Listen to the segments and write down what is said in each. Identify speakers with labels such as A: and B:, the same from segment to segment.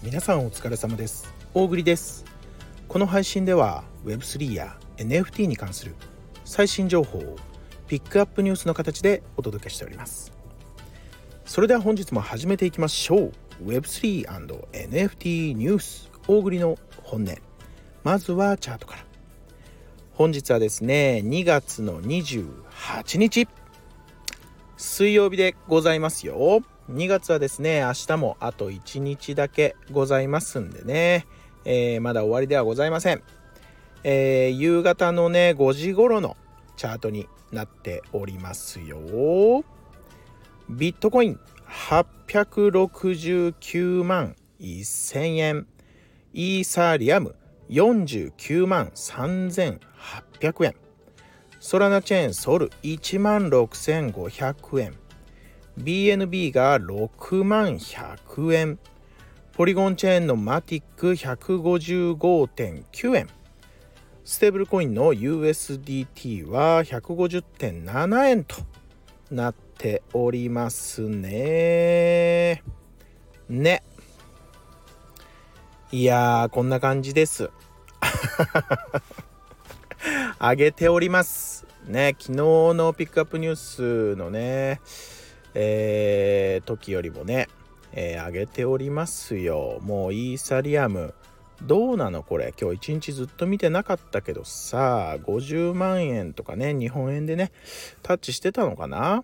A: 皆さんお疲れ様です。大栗です。この配信では Web3 や NFT に関する最新情報をピックアップニュースの形でお届けしております。それでは本日も始めていきましょう。 Web3&NFT ニュース大栗の本音。まずはチャートから。本日はですね、2月の28日水曜日でございますよ。2月はですね、明日もあと1日だけございますんでね、まだ終わりではございません。夕方のね5時頃のチャートになっておりますよ。ビットコイン869万1000円、イーサリアム49万3800円、ソラナチェーンソル1万6500円、BNB が6万100円、ポリゴンチェーンのマティック 155.9 円、ステーブルコインの USDT は 150.7 円となっておりますね。いやー、こんな感じです上げておりますね。昨日のピックアップニュースのね、時よりもね、上げておりますよ。もうイーサリアムどうなのこれ。今日一日ずっと見てなかったけどさ、50万円とかね、日本円でねタッチしてたのかな。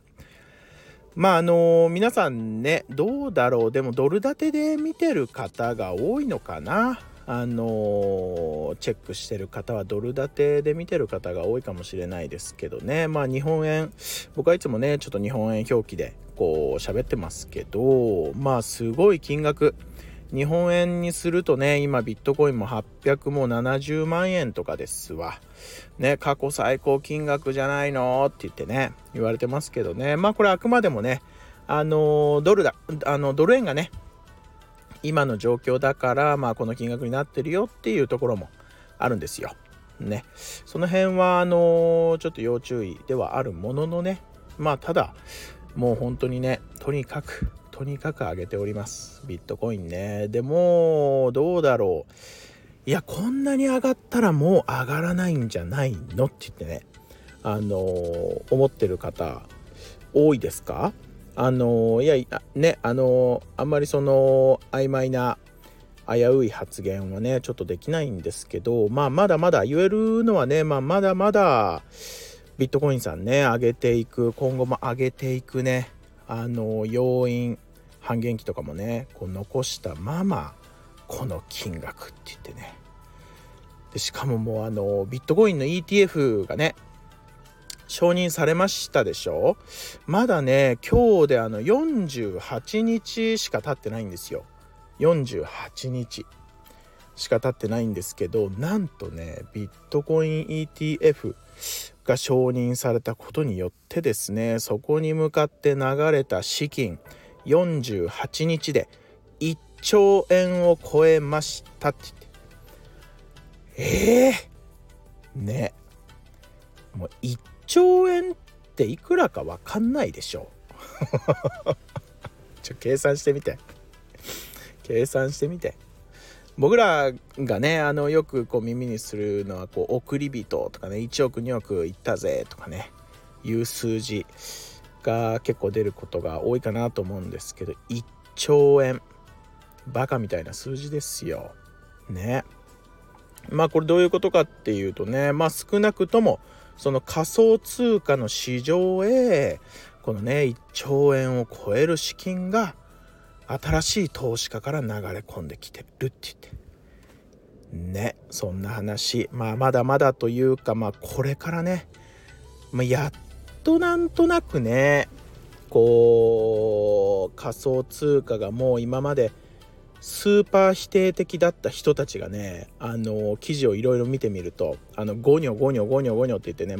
A: 皆さんね、どうだろう。でもドル建てで見てる方が多いのかな。チェックしてる方はドル建てで見てる方が多いかもしれないですけどね。日本円、僕はいつもねちょっと日本円表記でこう喋ってますけど、すごい金額、日本円にするとね、今ビットコインも870万円とかですわね。過去最高金額じゃないのって言ってね言われてますけどね。これあくまでもねドル円がね今の状況だから、この金額になってるよっていうところもあるんですよね。その辺はちょっと要注意ではあるもののね、ただもう本当にね、とにかく上げておりますビットコインね。でもどうだろう、いやこんなに上がったらもう上がらないんじゃないのって言ってね思ってる方多いですか。いやね、あんまりその曖昧な危うい発言はねちょっとできないんですけど、まだまだ言えるのはね、まだまだビットコインさんね上げていく、今後も上げていくね要因、半減期とかもねこう残したままこの金額って言ってね、でしかももうビットコインの ETF がね承認されましたでしょ。まだね今日で48日しか経ってないんですよ。48日しか経ってないんですけど、なんとねビットコイン ETF が承認されたことによってですね、そこに向かって流れた資金48日で1兆円を超えましたって言って、ね、もう1兆円っていくらか分かんないでしょ計算してみて僕らがねよくこう耳にするのはこう億り人とかね、1億2億いったぜとかねいう数字が結構出ることが多いかなと思うんですけど、1兆円バカみたいな数字ですよね。これどういうことかっていうとね、少なくともその仮想通貨の市場へこのね1兆円を超える資金が新しい投資家から流れ込んできてるって言ってね、そんな話、まだまだというか、これからね、やっとなんとなくねこう仮想通貨がもう今までスーパー否定的だった人たちがね記事をいろいろ見てみるとゴニョゴニョって言ってね、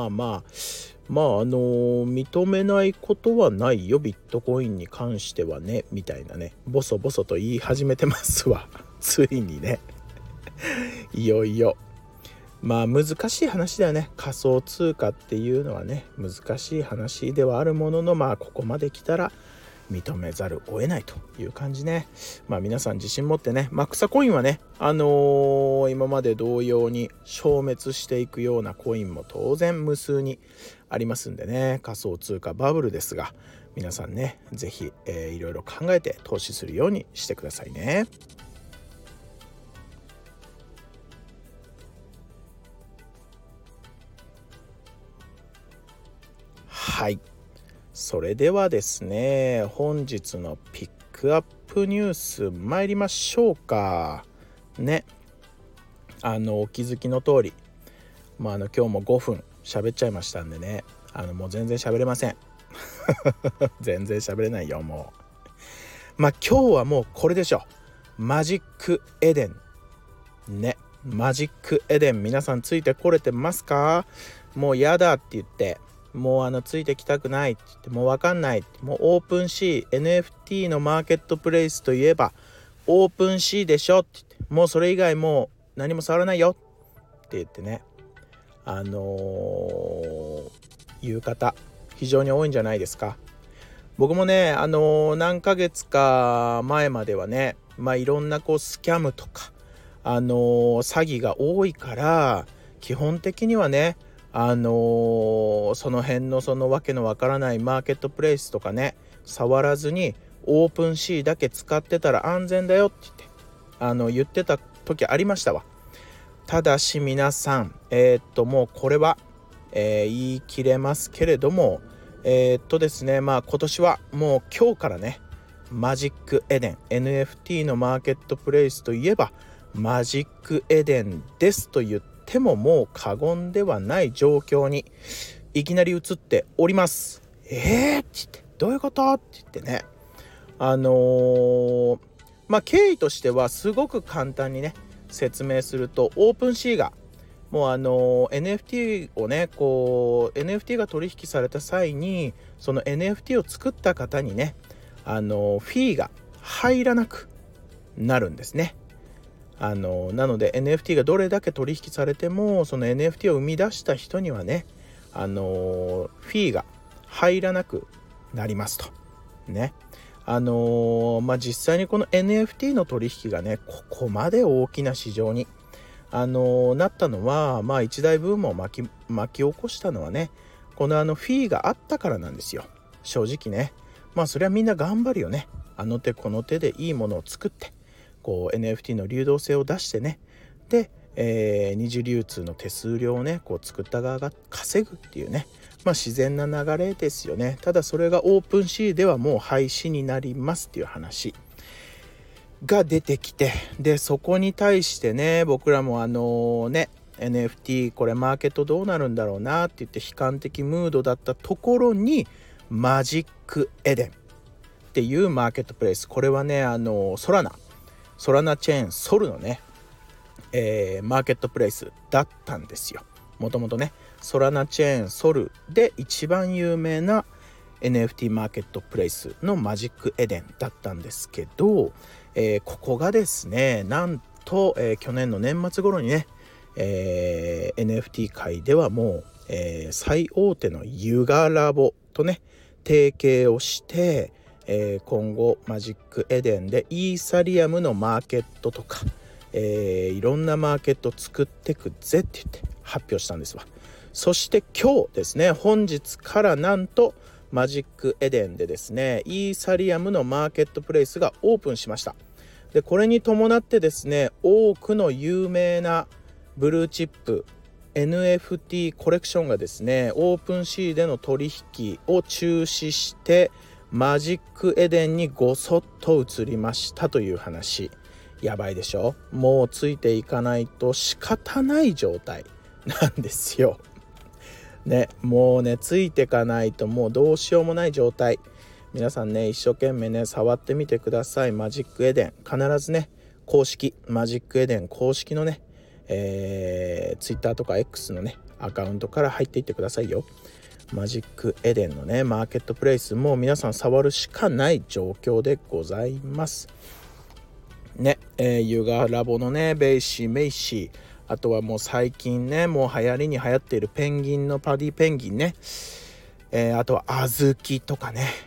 A: 認めないことはないよビットコインに関してはねみたいなね、ボソボソと言い始めてますわついにねいよいよ難しい話だよね。仮想通貨っていうのはね難しい話ではあるものの、ここまで来たら認めざるを得ないという感じね。皆さん自信持ってね、草コインはね、今まで同様に消滅していくようなコインも当然無数にありますんでね、仮想通貨バブルですが、皆さんねぜひ、いろいろ考えて投資するようにしてくださいね。はい、それではですね、本日のピックアップニュース参りましょうかね。お気づきの通り、今日も5分喋っちゃいましたんでね、もう全然喋れません全然喋れないよもう。今日はもうこれでしょ。マジックエデンね。マジックエデン、皆さんついてこれてますか？もうやだって言って、もうついてきたくないって言って、もうわかんないって、もうオープンシー NFT のマーケットプレイスといえばオープンシーでしょって言って、もうそれ以外もう何も触らないよって言ってね、言う方非常に多いんじゃないですか。僕もね、何ヶ月か前まではね、いろんなスキャムとか詐欺が多いから、基本的にはね、その辺のそのわけのわからないマーケットプレイスとかね、触らずにオープンシーだけ使ってたら安全だよって言ってた時ありましたわ。ただし皆さん、もうこれは、言い切れますけれども、ですね、今年はもう今日からね、マジックエデン NFT のマーケットプレイスといえばマジックエデンですと言ってももう過言ではない状況にいきなり移っております。って言って、どういうことって言ってね、経緯としてはすごく簡単にね説明すると、オープンシーがもうNFT をねNFT が取引された際に、その NFT を作った方にねフィーが入らなくなるんですね。なので NFT がどれだけ取引されても、その NFT を生み出した人にはねフィーが入らなくなりますとね。実際にこの NFT の取引がねここまで大きな市場になったのは、一大ブームを巻き起こしたのはね、このフィーがあったからなんですよ、正直ね。それはみんな頑張るよね。あの手この手でいいものを作って、NFT の流動性を出してね、で、二次流通の手数料をね作った側が稼ぐっていうね、自然な流れですよね。ただそれがオープンシーではもう廃止になりますっていう話が出てきて、でそこに対してね、僕らもNFT これマーケットどうなるんだろうなって言って悲観的ムードだったところに、マジックエデンっていうマーケットプレイス、これはねソラナチェーンソルのね、マーケットプレイスだったんですよ。もともとねソラナチェーンソルで一番有名な NFT マーケットプレイスのマジックエデンだったんですけど、ここがですね、なんと、去年の年末頃にね、NFT 界ではもう、最大手のユガラボとね提携をして、今後マジックエデンでイーサリアムのマーケットとか、いろんなマーケット作ってくぜって言って発表したんですわ。そして今日ですね、本日からなんとマジックエデンでですね、イーサリアムのマーケットプレイスがオープンしました。でこれに伴ってですね、多くの有名なブルーチップ NFT コレクションがですね、オープンシーでの取引を中止してマジックエデンにごそっと移りましたという話。やばいでしょ。もうついていかないと仕方ない状態なんですよね。もうねついていかないともうどうしようもない状態。皆さんね一生懸命ね触ってみてください。マジックエデン必ずね公式マジックエデン公式のね、Twitter とか X のねアカウントから入っていってくださいよ。マジックエデンのねマーケットプレイスも皆さん触るしかない状況でございますね。ユガラボのねベイシーメイシー、あとはもう最近ねもう流行っているペンギンのパディペンギンね、あとはアズキとかね、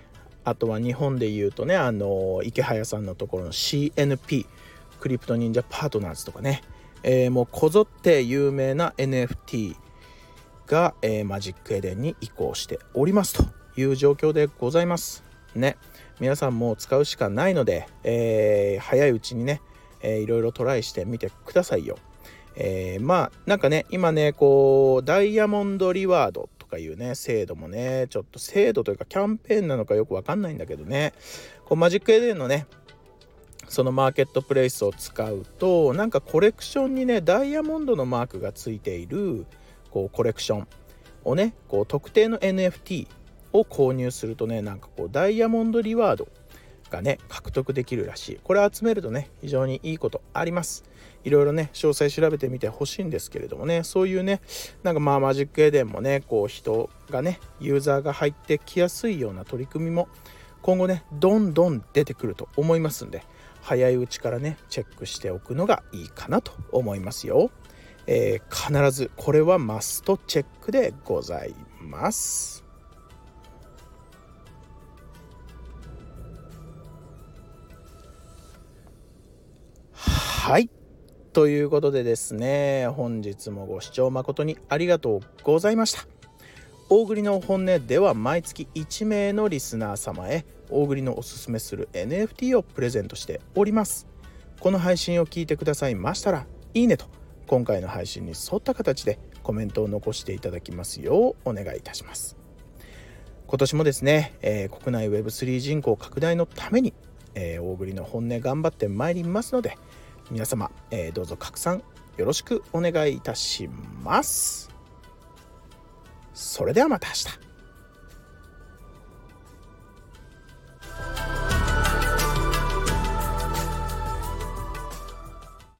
A: あとは日本で言うとね池早さんのところの CNP クリプト忍者パートナーズとかね、もうこぞって有名な NFT が、マジックエデンに移行しておりますという状況でございますね。皆さんも使うしかないので、早いうちにね、いろいろトライしてみてくださいよ。なんかね今ねこうダイヤモンドリワードとかいうね制度もね、ちょっと制度というかキャンペーンなのかよくわかんないんだけどね、こうマジックエデンのねそのマーケットプレイスを使うとなんかコレクションにねダイヤモンドのマークがついているこうコレクションをねこう特定の NFT を購入するとねなんかこうダイヤモンドリワードがね獲得できるらしい。これ集めるとね非常にいいことあります。いろいろね詳細調べてみてほしいんですけれどもね、そういうねなんかマジックエデンもねこう人がねユーザーが入ってきやすいような取り組みも今後ねどんどん出てくると思いますんで、早いうちからねチェックしておくのがいいかなと思いますよ。必ずこれはマストチェックでございます。はい、ということでですね、本日もご視聴誠にありがとうございました。大栗の本音では毎月1名のリスナー様へ大栗のおすすめする NFT をプレゼントしております。この配信を聞いてくださいましたらいいねと今回の配信に沿った形でコメントを残していただきますようお願いいたします。今年もですね、国内 Web3 人口拡大のために、大栗の本音頑張ってまいりますので皆様、どうぞ拡散よろしくお願いいたします。それではまた明日。